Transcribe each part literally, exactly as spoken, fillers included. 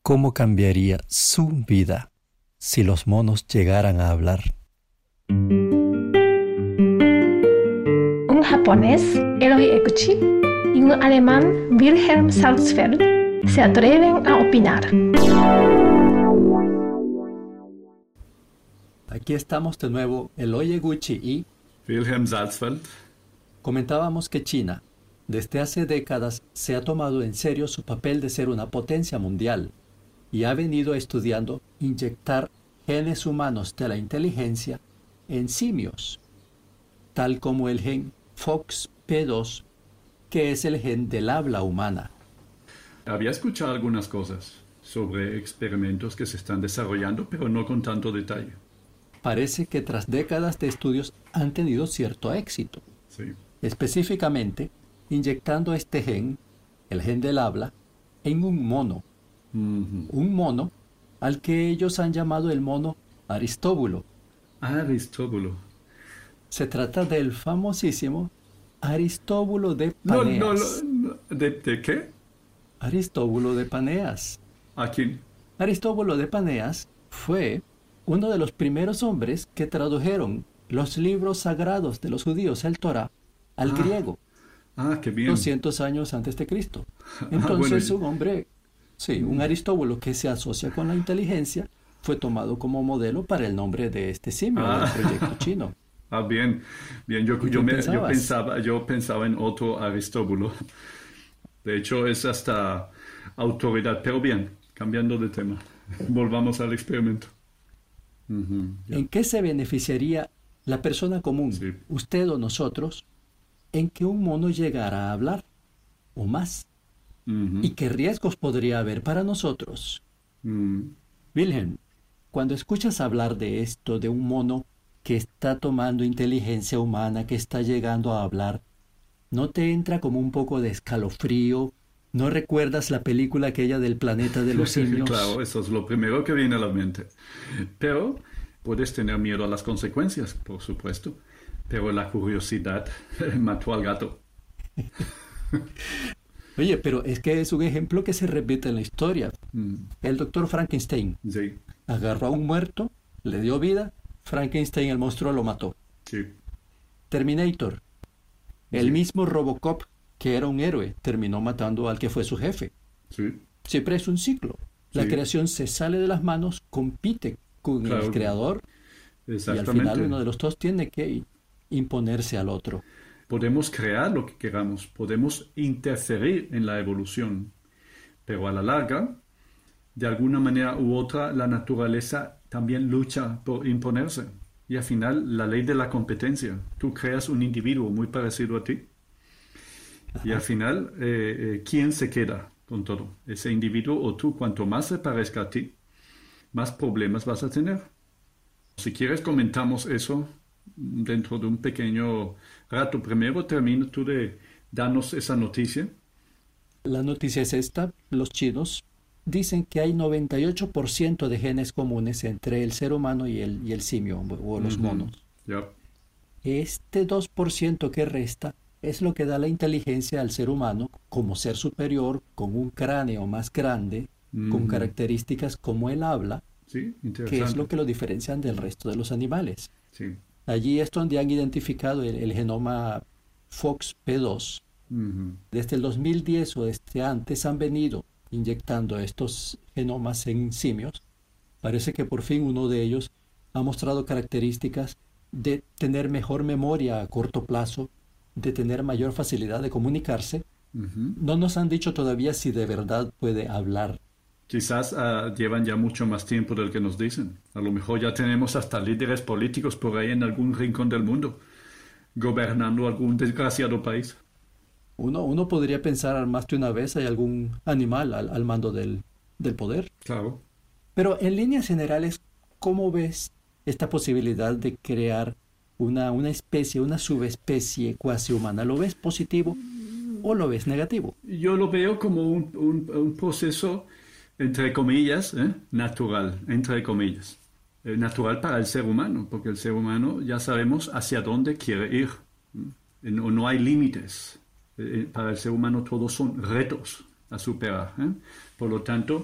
¿Cómo cambiaría su vida si los monos llegaran a hablar? Un japonés, Eloy Eguchi, y un alemán, Wilhelm Salzfeld, se atreven a opinar. Aquí estamos de nuevo, Eloy Eguchi y Wilhelm Salzfeld. Comentábamos que China, desde hace décadas, se ha tomado en serio su papel de ser una potencia mundial y ha venido estudiando inyectar genes humanos de la inteligencia en simios, tal como el gen F O X P dos, que es el gen del habla humana. Había escuchado algunas cosas sobre experimentos que se están desarrollando, pero no con tanto detalle. Parece que tras décadas de estudios han tenido cierto éxito. Sí. Específicamente, inyectando este gen, el gen del habla, en un mono. Uh-huh. Un mono al que ellos han llamado el mono Aristóbulo. Aristóbulo. Se trata del famosísimo Aristóbulo de No, Paneas. no, no. ¿De, ¿De qué? Aristóbulo de Paneas. ¿A quién? Aristóbulo de Paneas fue uno de los primeros hombres que tradujeron los libros sagrados de los judíos, el Torá, al Ah. griego, Ah, qué bien. doscientos años antes de Cristo. Ah, Entonces, bueno. un hombre, sí, un Aristóbulo que se asocia con la inteligencia, fue tomado como modelo para el nombre de este simio Ah. del proyecto chino. Ah, bien. Bien, yo, ¿Y yo, tú me- yo pensabas? pensaba, yo pensaba en otro Aristóbulo. De hecho, es hasta autoridad, pero bien, cambiando de tema. Volvamos al experimento. Ujú, ya. ¿En qué se beneficiaría la persona común, Sí. usted o nosotros, en que un mono llegara a hablar o más? Ujú. ¿Y qué riesgos podría haber para nosotros? Mm. Wilhelm, cuando escuchas hablar de esto, de un mono que está tomando inteligencia humana, que está llegando a hablar, ¿no te entra como un poco de escalofrío? ¿No recuerdas la película aquella del planeta de los simios? Claro, eso es lo primero que viene a la mente. Pero puedes tener miedo a las consecuencias, por supuesto. Pero la curiosidad mató al gato. Oye, pero es que es un ejemplo que se repite en la historia. Mm, El doctor Frankenstein Sí, agarró a un muerto, le dio vida, Frankenstein, el monstruo, lo mató. sí, Terminator, el Sí. mismo Robocop, que era un héroe, terminó matando al que fue su jefe. sí. Siempre es un ciclo. La Sí. creación se sale de las manos, compite con Claro. el creador y al Exactamente. final uno de los dos tiene que imponerse al otro. Podemos crear lo que queramos, podemos interferir en la evolución, pero a la larga, de alguna manera u otra, la naturaleza también lucha por imponerse. Y al final, la ley de la competencia. Tú creas un individuo muy parecido a ti. Y al final, eh, eh, ¿quién se queda con todo? Ese individuo o tú. Cuanto más se parezca a ti, más problemas vas a tener. Si quieres, comentamos eso dentro de un pequeño rato. Primero termina tú de darnos esa noticia. La noticia es esta: los chinos dicen que hay noventa y ocho por ciento de genes comunes entre el ser humano y el, y el simio o los Ujú. monos. Ya. Este dos por ciento que resta es lo que da la inteligencia al ser humano como ser superior, con un cráneo más grande, con Ujú. características como el habla, Sí, interesante. que es lo que lo diferencian del resto de los animales. Sí. Allí es donde han identificado el, el genoma F O X P dos. Ujú. Desde el dos mil diez o desde antes han venido inyectando estos genomas en simios. Parece que por fin uno de ellos ha mostrado características de tener mejor memoria a corto plazo, de tener mayor facilidad de comunicarse. Ujú. No nos han dicho todavía si de verdad puede hablar. Quizás ah, llevan ya mucho más tiempo del que nos dicen. A lo mejor ya tenemos hasta líderes políticos por ahí en algún rincón del mundo, gobernando algún desgraciado país. Uno, uno podría pensar más de una vez hay algún animal al, al mando del, del poder. Claro. Pero en líneas generales, ¿cómo ves esta posibilidad de crear una, una especie, una subespecie cuasi humana? ¿Lo ves positivo o lo ves negativo? Yo lo veo como un, un- un proceso, entre comillas, ¿eh? natural, entre comillas. Eh, natural para el ser humano, porque el ser humano ya sabemos hacia dónde quiere ir. ¿eh? No, no hay límites. Eh, para el ser humano todos son retos a superar. ¿eh? Por lo tanto,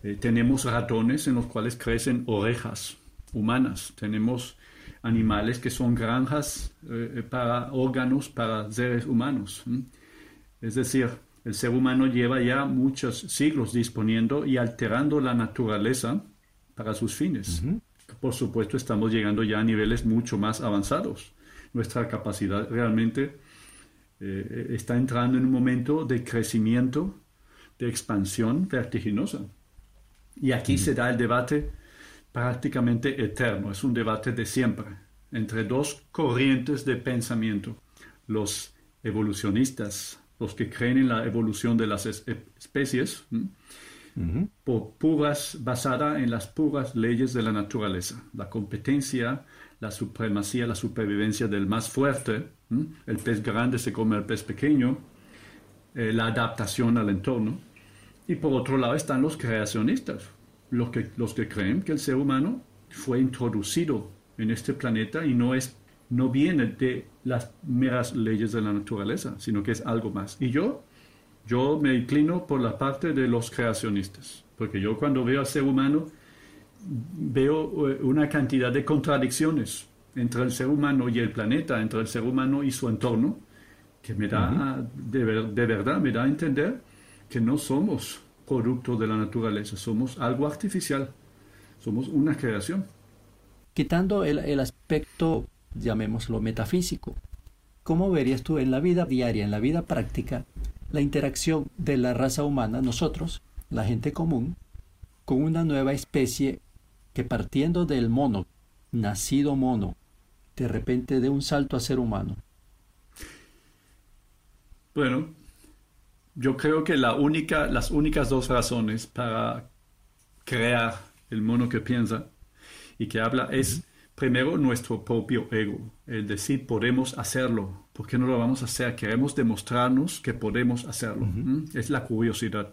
Eh, tenemos ratones en los cuales crecen orejas humanas. Tenemos animales que son granjas eh, para órganos para seres humanos. ¿Mm? Es decir, el ser humano lleva ya muchos siglos disponiendo y alterando la naturaleza para sus fines. Uh-huh. Por supuesto, estamos llegando ya a niveles mucho más avanzados. Nuestra capacidad realmente eh, está entrando en un momento de crecimiento, de expansión vertiginosa. Y aquí uh-huh. se da el debate prácticamente eterno. Es un debate de siempre entre dos corrientes de pensamiento. Los evolucionistas, los que creen en la evolución de las es- especies, ¿m? Uh-huh. por puras, basada en las puras leyes de la naturaleza. La competencia, la supremacía, la supervivencia del más fuerte, ¿m? El pez grande se come al pez pequeño, eh, la adaptación al entorno. Y por otro lado están los creacionistas, los que, los que creen que el ser humano fue introducido en este planeta y no es no viene de las meras leyes de la naturaleza, sino que es algo más. Y yo, yo me inclino por la parte de los creacionistas, porque yo cuando veo al ser humano veo una cantidad de contradicciones entre el ser humano y el planeta, entre el ser humano y su entorno, que me da, uh-huh. de, ver, de verdad, me da a entender que no somos producto de la naturaleza, somos algo artificial, somos una creación. Quitando el, el aspecto, llamémoslo metafísico, ¿cómo verías tú en la vida diaria, en la vida práctica, la interacción de la raza humana, nosotros, la gente común, con una nueva especie que partiendo del mono, nacido mono, de repente de un salto a ser humano? Bueno, yo creo que la única, las únicas dos razones para crear el mono que piensa y que habla es, primero, nuestro propio ego. Es decir, podemos hacerlo. ¿Por qué no lo vamos a hacer? Queremos demostrarnos que podemos hacerlo. Uh-huh. ¿Mm? Es la curiosidad.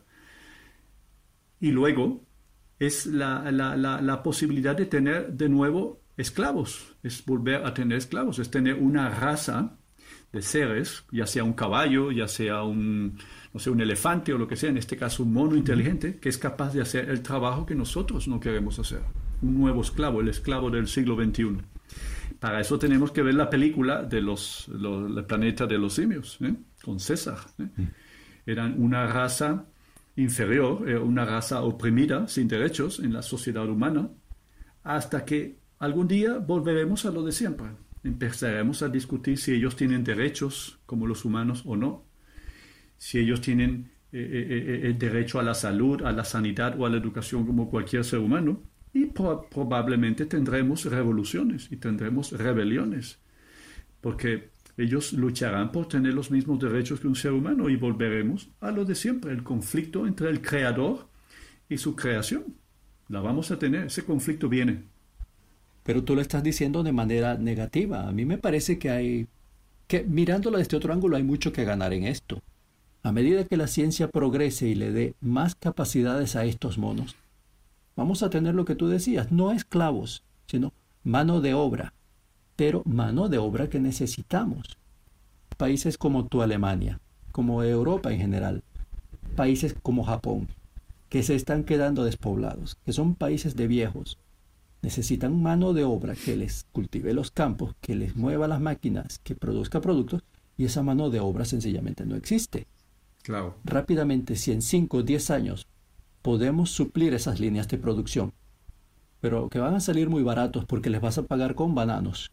Y luego es la, la, la, la posibilidad de tener de nuevo esclavos. Es volver a tener esclavos. Es tener una raza de seres, ya sea un caballo, ya sea un, no sé, un elefante o lo que sea, en este caso un mono inteligente, que es capaz de hacer el trabajo que nosotros no queremos hacer. Un nuevo esclavo, el esclavo del siglo veintiuno. Para eso tenemos que ver la película de los, los el planeta de los simios, ¿eh? Con César. ¿eh? Mm. Eran una raza inferior, eh, una raza oprimida, sin derechos en la sociedad humana, hasta que algún día volveremos a lo de siempre. Empezaremos a discutir si ellos tienen derechos como los humanos o no, si ellos tienen eh, eh, el derecho a la salud, a la sanidad o a la educación como cualquier ser humano. Y pro- probablemente tendremos revoluciones y tendremos rebeliones, porque ellos lucharán por tener los mismos derechos que un ser humano y volveremos a lo de siempre, el conflicto entre el creador y su creación. La vamos a tener, ese conflicto viene. Pero tú lo estás diciendo de manera negativa. A mí me parece que hay, que mirándolo desde otro ángulo hay mucho que ganar en esto. A medida que la ciencia progrese y le dé más capacidades a estos monos, vamos a tener lo que tú decías, no esclavos, sino mano de obra, pero mano de obra que necesitamos. Países como tu Alemania, como Europa en general, países como Japón, que se están quedando despoblados, que son países de viejos, necesitan mano de obra que les cultive los campos, que les mueva las máquinas, que produzca productos, y esa mano de obra sencillamente no existe. Claro. Rápidamente, si en cinco o diez años podemos suplir esas líneas de producción, pero que van a salir muy baratos porque les vas a pagar con bananos.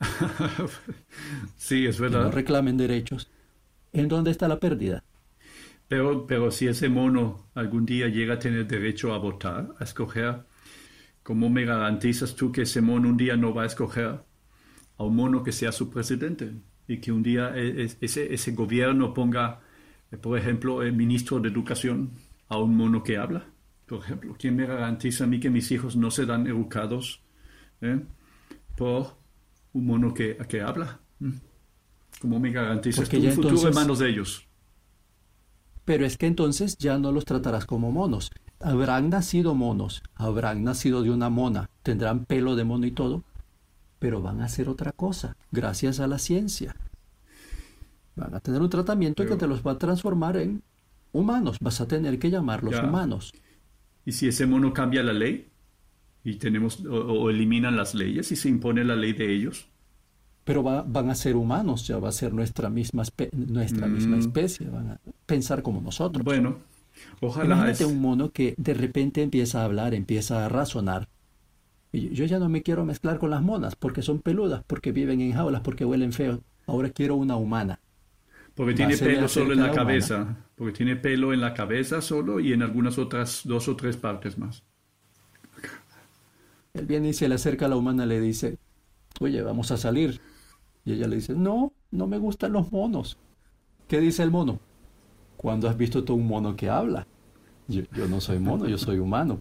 Sí, es verdad. Que no reclamen derechos. ¿En dónde está la pérdida? Pero, pero si ese mono algún día llega a tener derecho a votar, a escoger, ¿cómo me garantizas tú que ese mono un día no va a escoger a un mono que sea su presidente? Y que un día ese, ese gobierno ponga, por ejemplo, el ministro de Educación a un mono que habla. Por ejemplo, ¿quién me garantiza a mí que mis hijos no serán educados eh, por un mono que, que habla? ¿Cómo me garantizas Porque tú un entonces, futuro en manos de ellos? Pero es que entonces ya no los tratarás como monos. Habrán nacido monos, habrán nacido de una mona, tendrán pelo de mono y todo, pero van a hacer otra cosa, gracias a la ciencia. Van a tener un tratamiento pero, que te los va a transformar en humanos. Vas a tener que llamarlos ya. humanos. ¿Y si ese mono cambia la ley? Y tenemos, o, o eliminan las leyes y se impone la ley de ellos. Pero va- van a ser humanos, ya va a ser nuestra misma, espe- nuestra misma Mm, especie, van a pensar como nosotros. bueno, ojalá Imagínate es... un mono que de repente empieza a hablar, empieza a razonar. Y yo ya no me quiero mezclar con las monas porque son peludas, porque viven en jaulas, porque huelen feo. Ahora quiero una humana. Porque Va, tiene se le pelo solo en acerca la la humana. cabeza. Porque tiene pelo en la cabeza solo y en algunas otras dos o tres partes más. Él viene y se le acerca a la humana y le dice, oye, vamos a salir. Y ella le dice, no, no me gustan los monos. ¿Qué dice el mono? ¿Cuándo has visto tú un mono que habla? Yo, yo no soy mono, yo soy humano.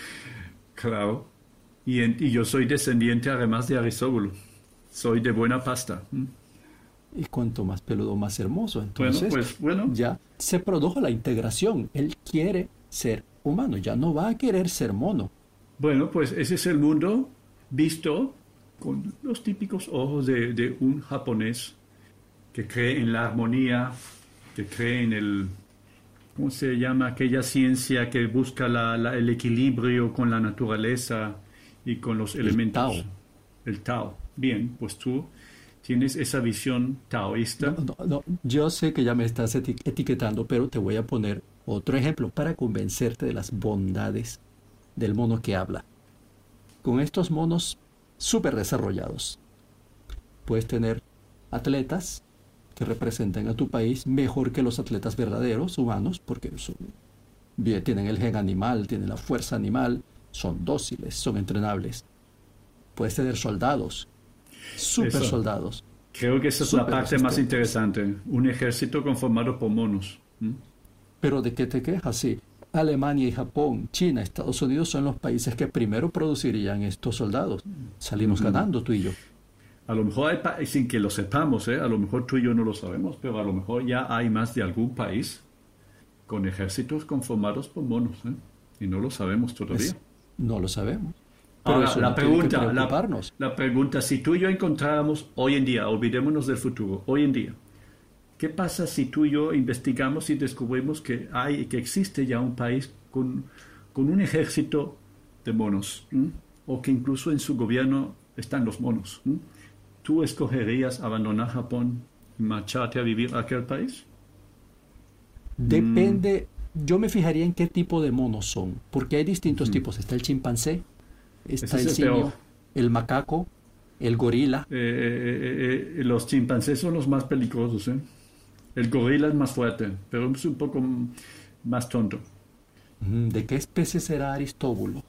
Claro. Y, en- y yo soy descendiente además de Aristóbulo. Soy de buena pasta. ¿Mm? Y cuanto más peludo, más hermoso. Bueno, Entonces, pues bueno. ya se produjo la integración. Él quiere ser humano, ya no va a querer ser mono. Bueno, pues ese es el mundo visto con los típicos ojos de, de un japonés que cree en la armonía, que cree en el, ¿cómo se llama? Aquella ciencia que busca la- la- el equilibrio con la naturaleza y con los elementos. Tao. El Tao. Bien, pues tú tienes esa visión taoísta. No, no, no, yo sé que ya me estás eti- etiquetando, pero te voy a poner otro ejemplo para convencerte de las bondades del mono que habla. Con estos monos súper desarrollados, puedes tener atletas que representan a tu país mejor que los atletas verdaderos, humanos, porque son- bien, tienen el gen animal, tienen la fuerza animal, son dóciles, son entrenables. Puedes tener soldados, super Eso. soldados. Creo que esa es la Súper parte más resistentes. interesante. Un ejército conformado por monos. ¿Mm? Pero ¿de qué te quejas? Sí, Alemania y Japón, China, Estados Unidos son los países que primero producirían estos soldados. Salimos Ujú. ganando tú y yo. A lo mejor hay pa- sin que lo sepamos, ¿eh? A lo mejor tú y yo no lo sabemos, pero a lo mejor ya hay más de algún país con ejércitos conformados por monos, ¿eh? Y no lo sabemos todavía. Es- no lo sabemos. Pero Ahora, eso la no tiene que pregunta, la, preocuparnos. la pregunta, si tú y yo encontráramos hoy en día, olvidémonos del futuro, hoy en día, ¿qué pasa si tú y yo investigamos y descubrimos que hay, que existe ya un país con, con un ejército de monos, ¿m? O que incluso en su gobierno están los monos? ¿M? ¿Tú escogerías abandonar Japón y marcharte a vivir a aquel país? Depende, yo me fijaría en qué tipo de monos son, porque hay distintos Ujú. tipos. Está el chimpancé, está Ese es el el simio, peor. el macaco, el gorila. Eh, eh, eh, eh, los chimpancés son los más peligrosos, ¿eh? El gorila es más fuerte, pero es un poco m- más tonto. Mm, ¿De qué especie será Aristóbulo?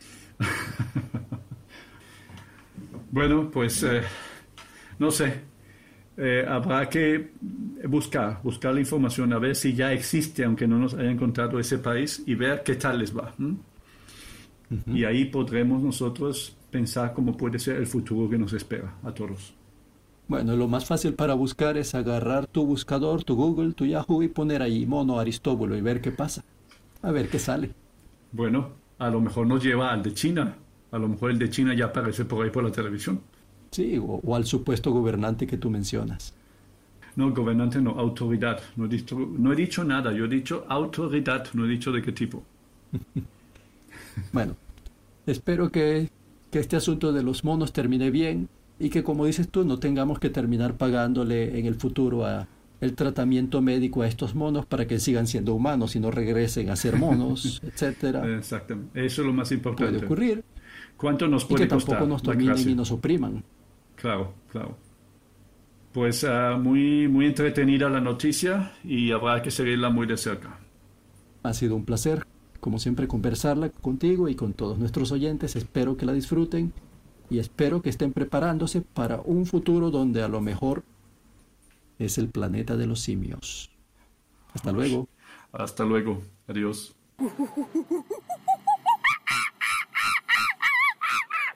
Bueno, pues eh, no sé. Eh, habrá que buscar, buscar la información, a ver si ya existe, aunque no nos haya encontrado ese país, y ver qué tal les va. ¿M? Ujú. Y ahí podremos nosotros pensar cómo puede ser el futuro que nos espera a todos. Bueno, lo más fácil para buscar es agarrar tu buscador, tu Google, tu Yahoo y poner ahí mono Aristóbulo y ver qué pasa. A ver qué sale. Bueno, a lo mejor nos lleva al de China. A lo mejor el de China ya aparece por ahí por la televisión. Sí, o, o al supuesto gobernante que tú mencionas. No, gobernante no, autoridad. No he dicho, no he dicho nada, yo he dicho autoridad, no he dicho de qué tipo. Bueno, espero que, que este asunto de los monos termine bien y que, como dices tú, no tengamos que terminar pagándole en el futuro a el tratamiento médico a estos monos para que sigan siendo humanos y no regresen a ser monos, etcétera. Exactamente, eso es lo más Puede importante. ocurrir. ¿Cuánto nos Y puede que tampoco costar nos la dominen clase? y nos opriman. Claro, claro. Pues ah, muy, muy entretenida la noticia y habrá que seguirla muy de cerca. Ha sido un placer, como siempre, conversarla contigo y con todos nuestros oyentes. Espero que la disfruten y espero que estén preparándose para un futuro donde a lo mejor es el planeta de los simios. Hasta luego. Hasta luego. Adiós.